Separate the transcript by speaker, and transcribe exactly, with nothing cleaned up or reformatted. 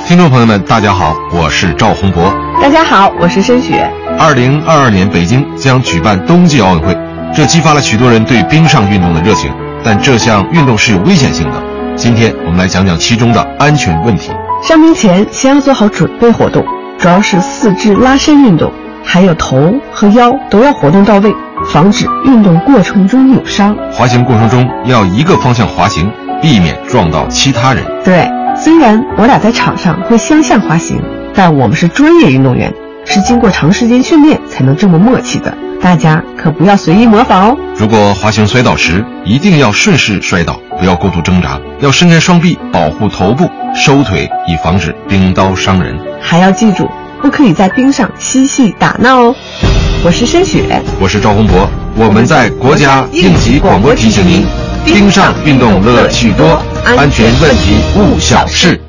Speaker 1: 听众朋友们，大家好，我是赵宏博。
Speaker 2: 大家好，我是申雪。
Speaker 1: 二零二二年北京将举办冬季奥运会，这激发了许多人对冰上运动的热情，但这项运动是有危险性的。今天我们来讲讲其中的安全问题。
Speaker 2: 上冰前先要做好准备活动，主要是四肢拉伸运动，还有头和腰都要活动到位，防止运动过程中扭伤。
Speaker 1: 滑行过程中要一个方向滑行，避免撞到其他人。
Speaker 2: 对，虽然我俩在场上会相向滑行，但我们是专业运动员，是经过长时间训练才能这么默契的，大家可不要随意模仿哦。
Speaker 1: 如果滑行摔倒时，一定要顺势摔倒，不要过度挣扎，要伸开双臂保护头部，收腿以防止冰刀伤人。
Speaker 2: 还要记住，不可以在冰上嬉戏打闹哦。我是申雪，
Speaker 1: 我是赵宏博，我们在国家应急广播提醒您：冰上运动乐趣多，安全问题勿小视。